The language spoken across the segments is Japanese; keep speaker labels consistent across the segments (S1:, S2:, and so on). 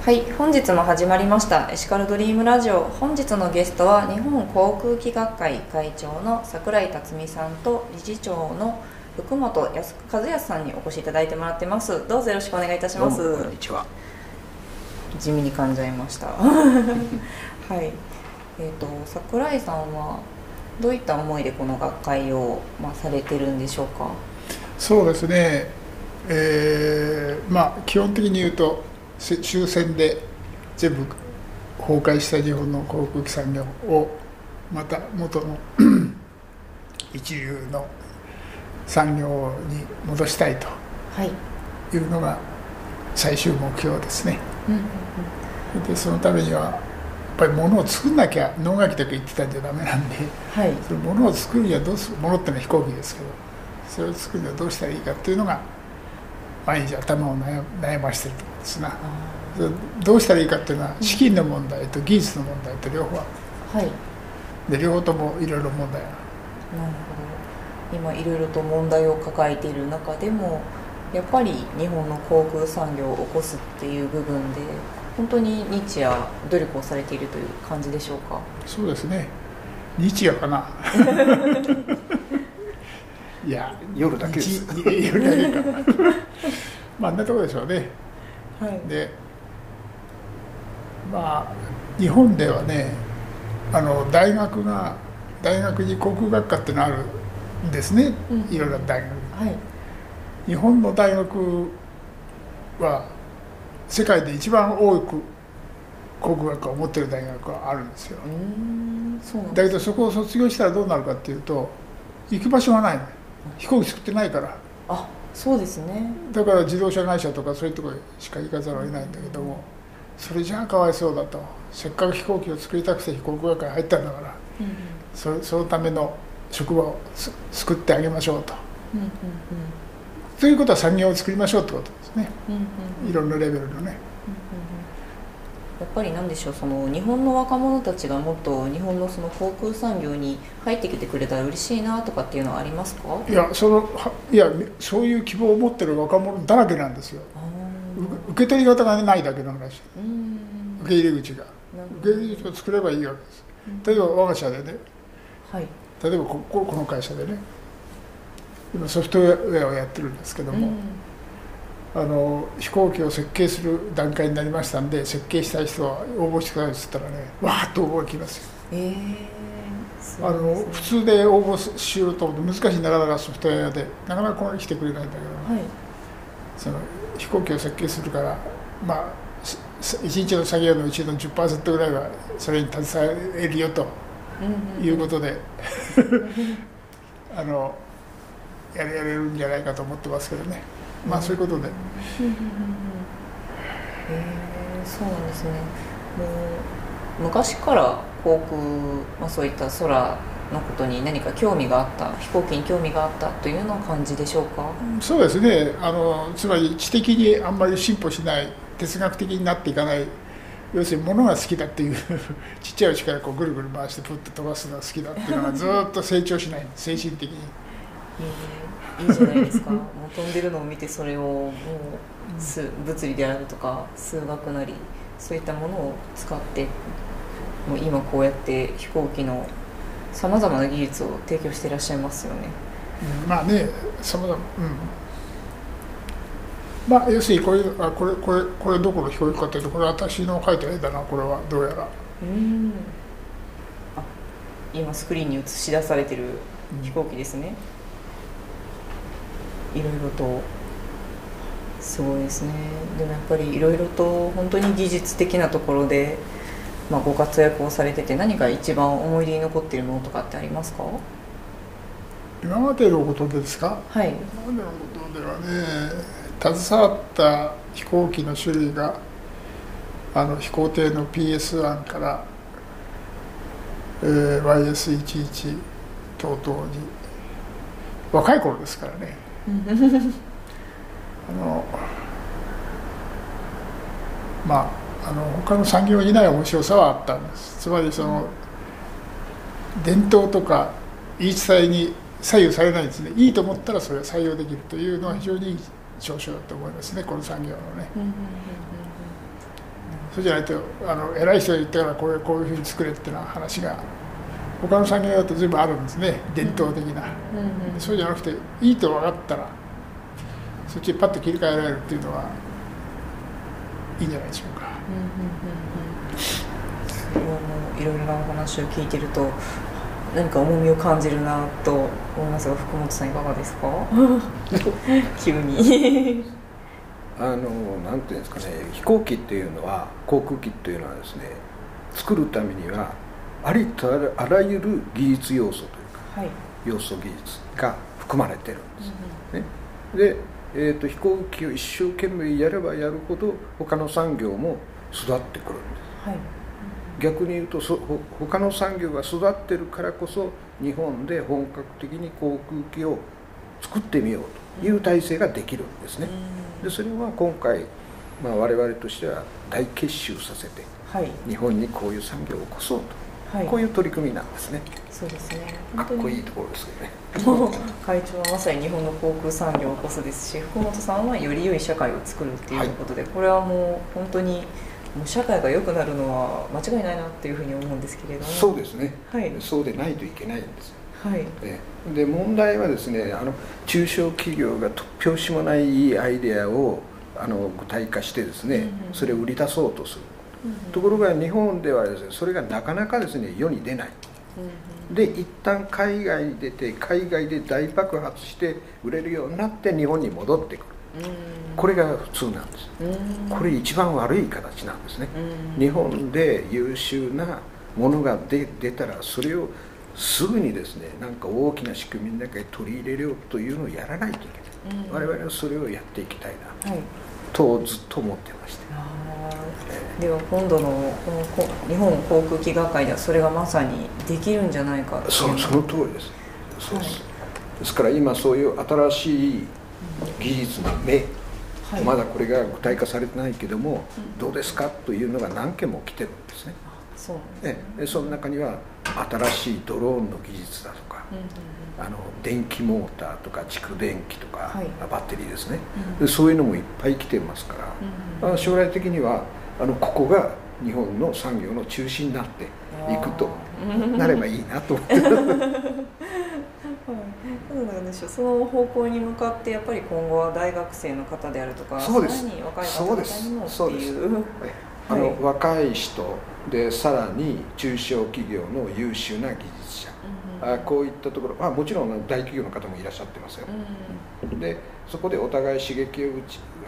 S1: はい、本日も始まりましたエシカルドリームラジオ。本日のゲストは日本航空機学会会長の櫻井辰巳さんと理事長の福本和康さんにお越しいただいてもらってます。どうぞよろしくお願いいたします。
S2: こんにちは。
S1: 地味に噛んじゃいましたはい、櫻井さんはどういった思いでこの学会を、されてるんでしょうか？
S2: そうですね、基本的に言うと終戦で全部崩壊した日本の航空機産業をまた元の一流の産業に戻したいというのが最終目標ですね。でそのためにはやっぱり物を作んなきゃ、能書きだけ言ってたんじゃダメなんで、その物を作るにはどうする、物ってのは飛行機ですけど、それを作るにはどうしたらいいかっていうのが毎日頭を悩ましてるところですな。どうしたらいいかっていうのは資金の問題と技術の問題と両方ある、で両方ともいろいろ問題がある。
S1: なるほど。今いろいろと問題を抱えている中でもやっぱり日本の航空産業を起こすっていう部分で本当に日夜努力をされているという感じでしょうか？
S2: そうですね、日夜かな。いや
S3: 夜だけです。
S2: 夜だけか。あんなところでしょうね。で日本ではね、大学に航空学科ってのあるんですね、いろいろな大学、日本の大学は世界で一番多く航空学科を持っている大学があるんですよ。だけどそこを卒業したらどうなるかっていうと行く場所がないの。飛行機作ってないから。
S1: そうですね。
S2: だから自動車会社とかそういうところしか行かざるを得ないんだけども、それじゃあかわいそうだと。せっかく飛行機を作りたくて飛行機学会に入ったんだから、そのための職場を作ってあげましょうと。ということは産業を作りましょうってことですね。いろんなレベルのね。
S1: やっぱりなんでしょう、その日本の若者たちがもっと日本のその航空産業に入ってきてくれたら嬉しいなとかっていうのはありますか？
S2: いやそういう希望を持ってる若者だらけなんですよ。受け取り方がないだけの話。受け入れ口がを作ればいいわけです。例えば我が社でね、例えばこの会社でね、今ソフトウェアをやってるんですけども、飛行機を設計する段階になりましたんで、設計したい人は応募してくださいって言ったらね、わーっと応募が来ますよ。普通で応募しようと思うと難しい、なかなかソフトウェアでなかなかここに来てくれないんだけど、その飛行機を設計するから1日の作業のうちの 10% ぐらいはそれに携えるよということでやれるんじゃないかと思ってますけどね。そういうことで。
S1: そうなんですね。もう昔から航空、そういった空のことに何か興味があった、飛行機に興味があったというような感じでしょうか？
S2: そうですね。つまり知的にあんまり進歩しない、哲学的になっていかない、要するに物が好きだっていうちっちゃいうちからこうぐるぐる回してプッと飛ばすのが好きだっていうのがずっと成長しない、精神的に。
S1: いいじゃないですか。もう飛んでるのを見てそれをもう物理であるとか数学なりそういったものを使ってもう今こうやって飛行機のさまざまな技術を提供していらっしゃいますよね。
S2: さまざま。要するにこれどこの飛行機かというと、これ私の描いた絵だな、これはどうやら。
S1: 今スクリーンに映し出されてる飛行機ですね。いろいろとすごいですね。でもやっぱりいろいろと本当に技術的なところで、ご活躍をされてて、何か一番思い出に残っているものとかってありますか？
S2: 今までのことですか？今までのことではね、携わった飛行機の種類が飛行艇の PS1 から、YS11 等々に若い頃ですからね。他の産業にない面白さはあったんです。つまりその伝統とか言い伝えに左右されないんですね。いいと思ったらそれは採用できるというのは非常にいい長所だと思いますね、この産業のね。
S1: なる
S2: そうじゃないと偉い人が言ったからこういうふうに作れっていうような話が他の産業だと随分あるんですね、伝統的な、そうじゃなくていいと分かったらそっちにパッと切り替えられるっていうのはいいんじゃないでしょうか。
S1: いろいろなお話を聞いてると何か重みを感じるなと思いますが、福本さんいかがですか？急に
S3: なんていうんですかね、飛行機っていうのは、航空機っていうのはですね、作るためにはありとあらゆる技術要素というか、要素技術が含まれてるんです、ね。で、飛行機を一生懸命やればやるほど他の産業も育ってくるんです、逆に言うと他の産業が育ってるからこそ日本で本格的に航空機を作ってみようという体制ができるんですね。でそれは今回、我々としては大結集させて、日本にこういう産業を起こそうと、こういう取り組みなんですね。
S1: そうですね。
S3: かっこいいところですけどね。
S1: 会長はまさに日本の航空産業を起こすですし、福本さんはより良い社会を作るっていうことで、これはもう本当にもう社会が良くなるのは間違いないなっていうふうに思うんですけれども。
S3: そうですね、そうでないといけないんです。で問題はですね、中小企業が突拍子もないいいアイデアを具体化してですね、それを売り出そうとする、ところが日本ではですね、それがなかなかですね世に出ない、で一旦海外に出て海外で大爆発して売れるようになって日本に戻ってくる、これが普通なんです。これ一番悪い形なんですね。日本で優秀なものが出たらそれをすぐにですね、なんか大きな仕組みの中に取り入れようというのをやらないといけない、我々はそれをやっていきたいな、とずっと思ってまして、
S1: では今度のこの日本航空機学会ではそれがまさにできるんじゃないかっていう。
S3: その通りです。そうです、ですから今そういう新しい技術の目、まだこれが具体化されてないけども、どうですかというのが何件も来てるんですね。その中には新しいドローンの技術だとか、電気モーターとか蓄電機とか、バッテリーですね、そういうのもいっぱい来てますから、将来的にはここが日本の産業の中心になっていくとなればいいなと思ってます
S1: その方向に向かってやっぱり今後は大学生の方であるとか、さらに若い方々にもっていう、
S3: 若い人でさらに中小企業の優秀な技術者、こういったところ、もちろん大企業の方もいらっしゃってますよ、でそこでお互い刺激を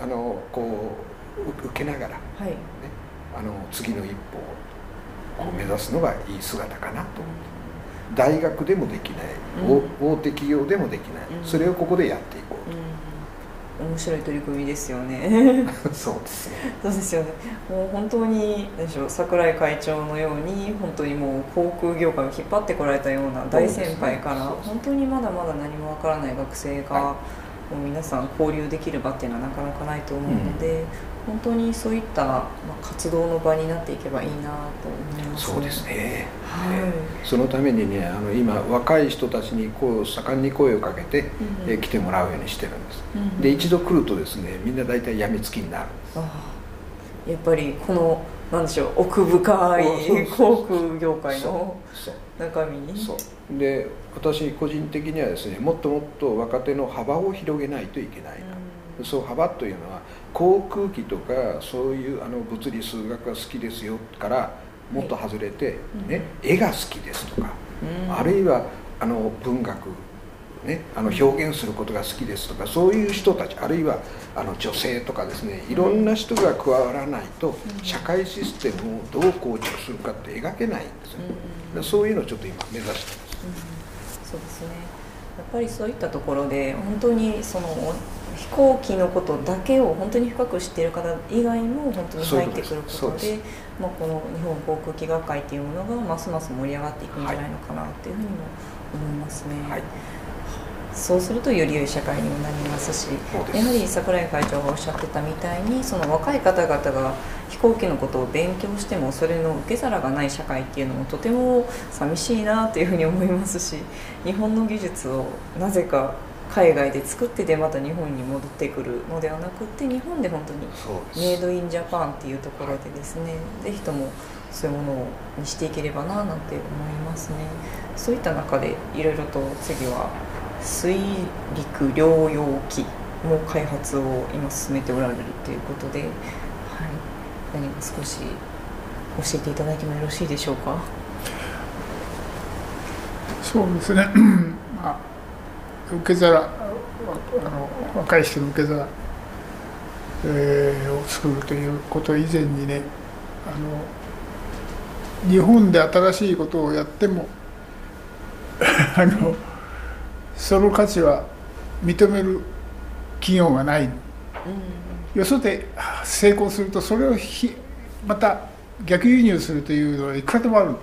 S3: 受けながら、次の一歩を目指すのがいい姿かなと思って、大学でもできない、大手企業でもできない、それをここでやっていこうと。
S1: 面白い取り組みですよね
S3: そうですね。
S1: そうですよね。もう本当に何でしょう、櫻井会長のように本当にもう航空業界を引っ張ってこられたような大先輩から、本当にまだまだ何もわからない学生が、もう皆さん交流できる場っていうのはなかなかないと思うので、本当にそういった活動の場になっていけばいいなと思いますね。
S3: そうですね、そのためにね、今若い人たちに盛んに声をかけて、来てもらうようにしてるんです、で一度来るとですね、みんな大体やみつきになるんです。
S1: やっぱりこのなんでしょう、奥深い航空業界の中身に。
S3: で私個人的にはですね、もっともっと若手の幅を広げないといけないな、そう幅というのは航空機とかそういう物理数学が好きですよからもっと外れて、絵が好きですとか、あるいは文学、表現することが好きですとか、そういう人たち、あるいは女性とかですね、いろんな人が加わらないと社会システムをどう構築するかって描けないんですよ、そういうのをちょっと今目指してます。
S1: そうですね。やっぱりそういったところで本当にその飛行機のことだけを本当に深く知っている方以外も本当に入ってくることで、この日本航空機学会っていうものがますます盛り上がっていくんじゃないのかなっていうふうにも思いますね。そうするとより良い社会にもなりますし、やはり櫻井会長がおっしゃってたみたいに、その若い方々が飛行機のことを勉強してもそれの受け皿がない社会っていうのもとても寂しいなというふうに思いますし、日本の技術をなぜか海外で作ってでまた日本に戻ってくるのではなくって日本で本当にメイドインジャパンっていうところでですね、ぜひともそういうものにしていければななんて思いますね。そういった中でいろいろと次は水陸両用機も開発を今進めておられるということで、はい、何か少し教えていただいてもよろしいでしょうか。
S2: そうですね、まあ、受け皿、若い人の受け皿、を作るということ以前にね、日本で新しいことをやってもその価値は認める企業がない、よそで成功するとそれをまた逆輸入するというのはいくらでもある、はい、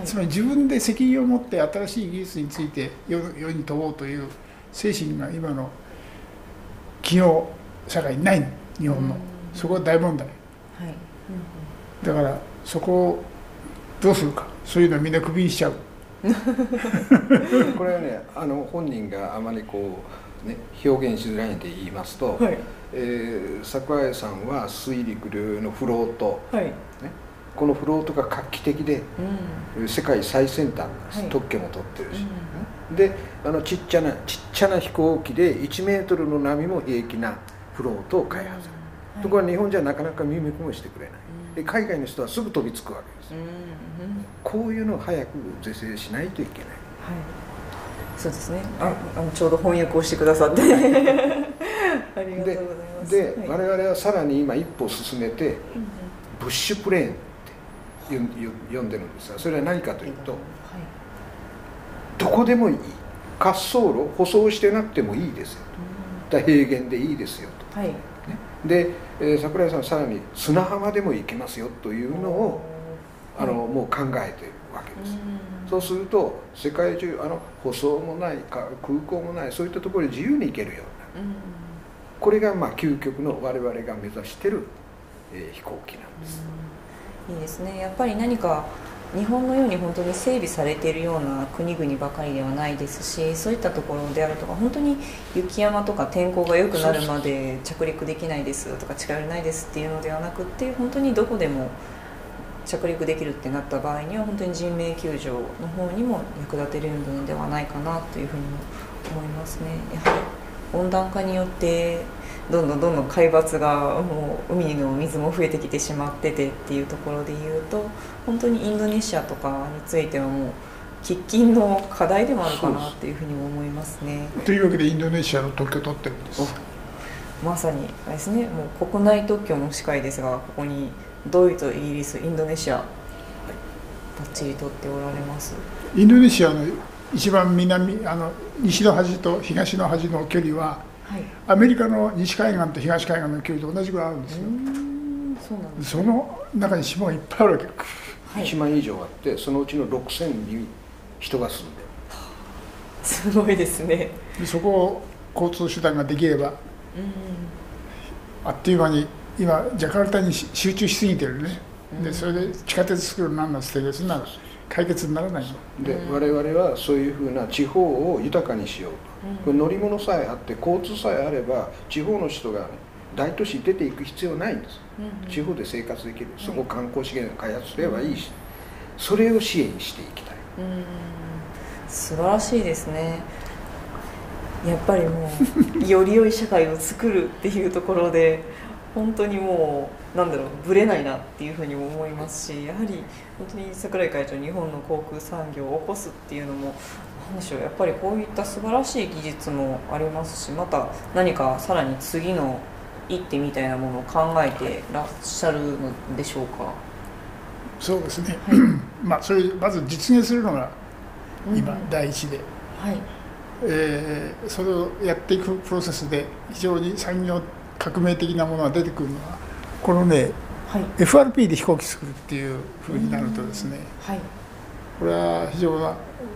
S2: つまり自分で責任を持って新しい技術について世に問おうという精神が今の企業社会にない日本の、そこは大問題、はい、だからそこをどうするか、そういうのはみんなクビにしちゃう
S3: これはね、本人があまりこう、ね、表現しづらいんで言いますと、はい、桜井さんは水陸両用のフロート、はい、ね、このフロートが画期的で、世界最先端なんです、はい、特許も取ってるし、でちっちゃな飛行機で1メートルの波も平気なフロートを開発する、はい、ところが日本じゃなかなか耳くもしてくれない、で海外の人はすぐ飛びつくわけです、こういうのを早く是正しないといけない、はい、
S1: そうですね、ちょうど翻訳をしてくださってありがとうございます。
S3: で、はい、我々はさらに今一歩進めて、ブッシュプレーンって呼んでるんですが、それは何かというと、はい、どこでもいい、滑走路舗装してなくてもいいですよと、平原でいいですよと、はい、ね、で、桜井さんはさらに砂浜でも行けますよというのをもう考えているわけです。そうすると世界中舗装もない空港もない、そういったところで自由に行けるような、これがまあ究極の我々が目指している、飛行機なんです。
S1: いいですね。やっぱり何か日本のように本当に整備されているような国々ばかりではないですし、そういったところであるとか、本当に雪山とか天候が良くなるまで着陸できないですとか近寄れないですっていうのではなくって、本当にどこでも着陸できるってなった場合には本当に人命救助の方にも役立てるのではないかなというふうにも思いますね。やはり温暖化によってどんどん海抜がもう海の水も増えてきてしまっててっていうところでいうと、本当にインドネシアとかについてはもう喫緊の課題でもあるかなっていうふうにも思いますね。
S2: というわけでインドネシアの特許を取ってるんです。
S1: まさにあれですね、もう国内特許も近いですが、ここにドイツ、イギリス、インドネシア、バッチリ取っておられます。
S2: インドネシアの一番西の端と東の端の距離は、はい、アメリカの西海岸と東海岸の距離と同じぐらいあるんですよ。
S1: そうなんです、
S2: その中に島がいっぱいあるわけ、
S3: はい、1万以上あって、そのうちの6000に人が住んでる。
S1: すごいですね。
S2: でそこを交通手段ができれば、あっという間に今ジャカルタに集中しすぎてるね。でそれで地下鉄作るなんなんつってそんな解決にならないの
S3: で、我々はそういうふうな地方を豊かにしようと、乗り物さえあって交通さえあれば地方の人が、ね、大都市に出ていく必要ないんです、地方で生活できる、そこを観光資源を開発すればいいし、それを支援していきたい。
S1: 素晴らしいですね。やっぱりもうより良い社会を作るっていうところで本当にもうぶれないなっていうふうにも思いますし、やはり本当に櫻井会長、日本の航空産業を起こすっていうのも何でしょう、やっぱりこういった素晴らしい技術もありますし、また何かさらに次の一手みたいなものを考えてらっしゃるのでしょうか。
S2: そうですね、はい、まあそれまず実現するのが今第一で、はい、それをやっていくプロセスで非常に産業革命的なものが出てくるのはこのね、はい、FRP で飛行機作るっていうふうになるとですね、はい、これは非常な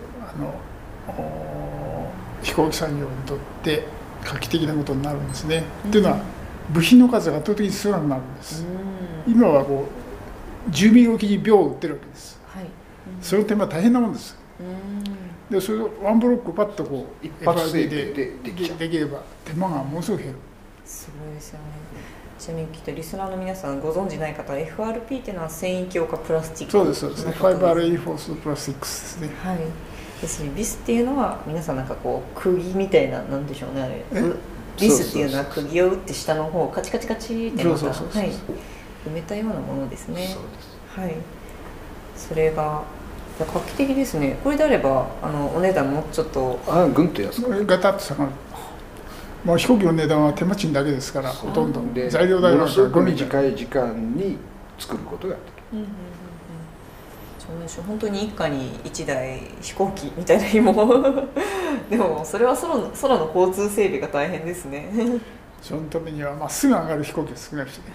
S2: 飛行機産業にとって画期的なことになるんですね。っていうのは部品の数が圧倒的に少なくなるんです。今はこう10ミリおきに秒を売ってるわけです。はい、その点は大変なもんです。 でそれをワンブロックパッとこう
S3: 一発成
S2: FRP
S3: 形でできちゃう。
S2: できれば手間がものすごく減る。
S1: すごいですよね。ちなみにきっとリスナーの皆さんご存じない方は FRP っていうのは繊維強化プラスチック
S2: そうですそうですね。ファイバーレイン
S1: フ
S2: フォースプラスチックスですね。
S1: はいですね。ビスっていうのは皆さんなんかこう釘みたいな、なんでしょうね、あれビスっていうのは釘を打って下の方カチカチカチってまた埋めたようなものですね。
S3: そうです。
S1: はい、それが画期的ですね。これであればお値段もちょっと
S3: ぐんと安く
S2: ガタッと下がる。もう飛行機の値段は手間賃だけですから、ほとんど
S3: で
S2: 材料代なんか
S3: ものすごく
S2: 5人
S3: 短い時間に作ることができる。
S1: そうでしょう。本当に一家に1台飛行機みたいな日もでもそれは空の交通整備が大変ですね
S2: そのためにはまっすぐ上がる飛行機が少ないしね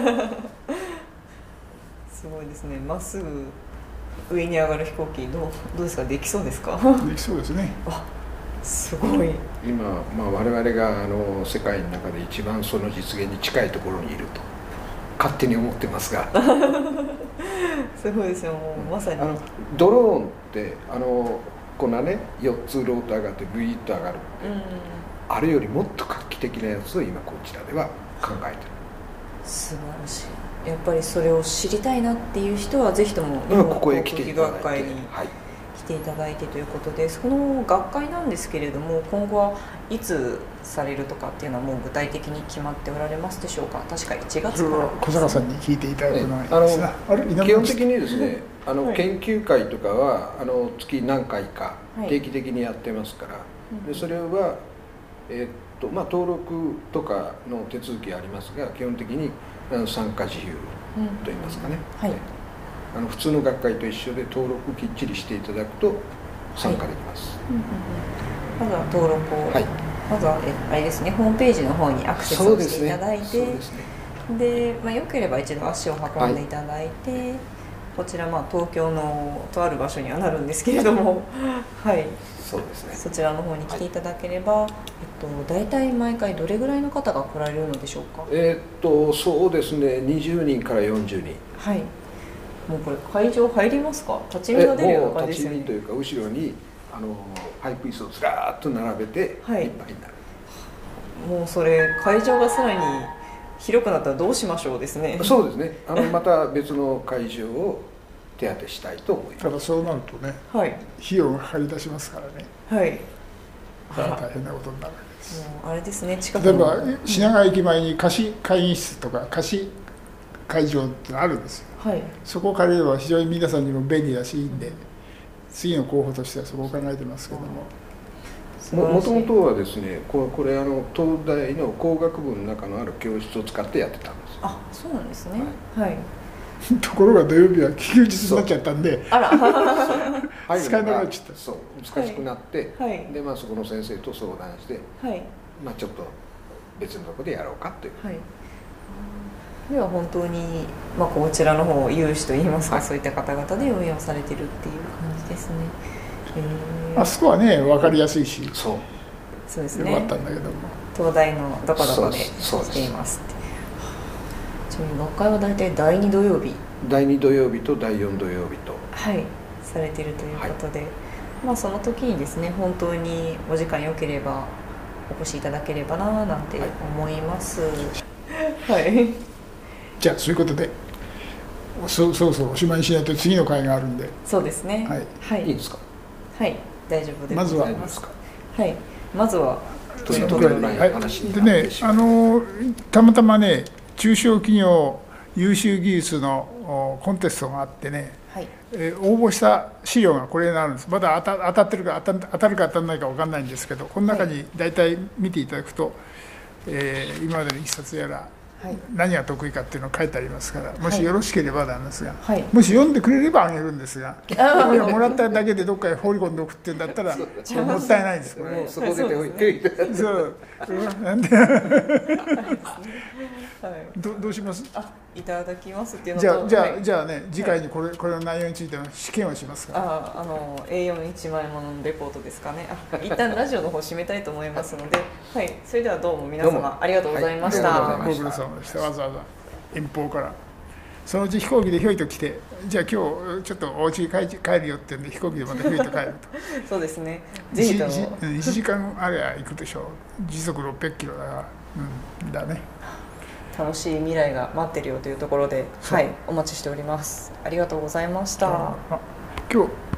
S1: すごいですね。まっすぐ上に上がる飛行機どうですか？できそうですか？
S2: できそうですね。
S1: すごい。
S3: 今、我々が世界の中で一番その実現に近いところにいると勝手に思ってますが
S1: すごいですよ。もうまさに
S3: ドローンってこんなね4つローターがあってグイッと上がるって、あれよりもっと画期的なやつを今こちらでは考えてる。
S1: 素晴らしい。やっぱりそれを知りたいなっていう人はぜひとも
S3: ここへ来ていただいて、
S1: 学会に来ていただいてということで、その学会なんですけれども今後はいつされるとかっていうのはもう具体的に決まっておられますでしょうか？確か1月から、
S2: 小坂さんに聞いていただくのがいいですね。
S3: 基本的にですね研究会とかは月何回か定期的にやってますから、でそれは、登録とかの手続きありますが基本的に参加自由といいますかね、普通の学会と一緒で登録きっちりしていただくと参加できます。
S1: まずは登録を、まずはあれですね、ホームページの方にアクセスをしていただいて、で、よければ一度足を運んでいただいて、こちら東京のとある場所にはなるんですけれども
S3: そうですね、
S1: そちらの方に来ていただければ、大体毎回どれぐらいの方が来られるのでしょうか？
S3: そうですね、20人から40人。
S1: もうこれ会場入りますか？立ち見が出るような感じですよね。
S3: 立ち見というか後ろにパイプ椅子をずらーっと並べていっぱいになる。
S1: もうそれ会場がさらに広くなったらどうしましょうですね。
S3: そうですね。また別の会場を手当てしたいと思います。
S2: ただそうなるとね、費用がかかり出しますからね。大変なことになるわけです。
S1: もうあれですね、近く
S2: 例えば品川駅前に貸し会議室とか貸し会場ってあるんですよ。そこを借りれば非常に皆さんにも便利だしいいんで、次の候補としてはそこを考えてますけども。
S3: もともとはですね、これ東大の工学部の中のある教室を使ってやってたんです。
S1: そうなんですね。
S2: ところが土曜日は休日になっちゃったんで、使えなくなっちゃった。
S3: そう難しくなって、でそこの先生と相談して、ちょっと別のところでやろうかという。
S1: では本当に、こちらの方有志といいますか、そういった方々で運営をされてるっていう感じですね。
S2: あそこはね分かりやすいし、
S1: そうですね、
S2: よかったんだけども、
S1: 東大のどこどこでしていますって。ちなみに学会は大体第2土曜日
S3: 第2土曜日と第4土曜日と
S1: されてるということで、その時にですね、本当にお時間よければお越しいただければななんて思います。
S2: じゃあそういうことでそうおしまいにしないと次の会があるんで。
S1: そうですね。
S3: いいですか？
S1: 大丈夫でございます。まずは
S3: とんでもない話になってしまう。
S2: でね、たまたまね、中小企業優秀技術のコンテストがあってね、応募した資料がこれになるんです。まだ当たってるか当たるか当たらないか分かんないんですけど、この中に大体見ていただくと、今までの一冊やら何が得意かっていうのが書いてありますから、もしよろしければなんですが、もし読んでくれればあげるんですが、もらっただけでどっかへ放り込んでおくっていうんだったらもったいないです。
S3: そこでおいて
S2: なんでどうします？
S1: いただきますっていうの
S2: と、じゃあね、次回にこれの内容についての試験をしますから。
S1: A41 枚もののレポートですかね。一旦ラジオの方締めたいと思いますので、それではどうも皆様ありがとうございました。
S2: ご苦労様でした。わざわざ遠方からそのうち飛行機でひょいと来て、じゃあ今日ちょっとお家に帰るよって言うんで飛行機でまたひょいと帰ると
S1: そうですね、ぜひとも
S2: 1時間あれば行くでしょう。時速600キロだから、だね。
S1: 楽しい未来が待ってるよというところで、はい、お待ちしております。ありがとうございました。
S2: 今日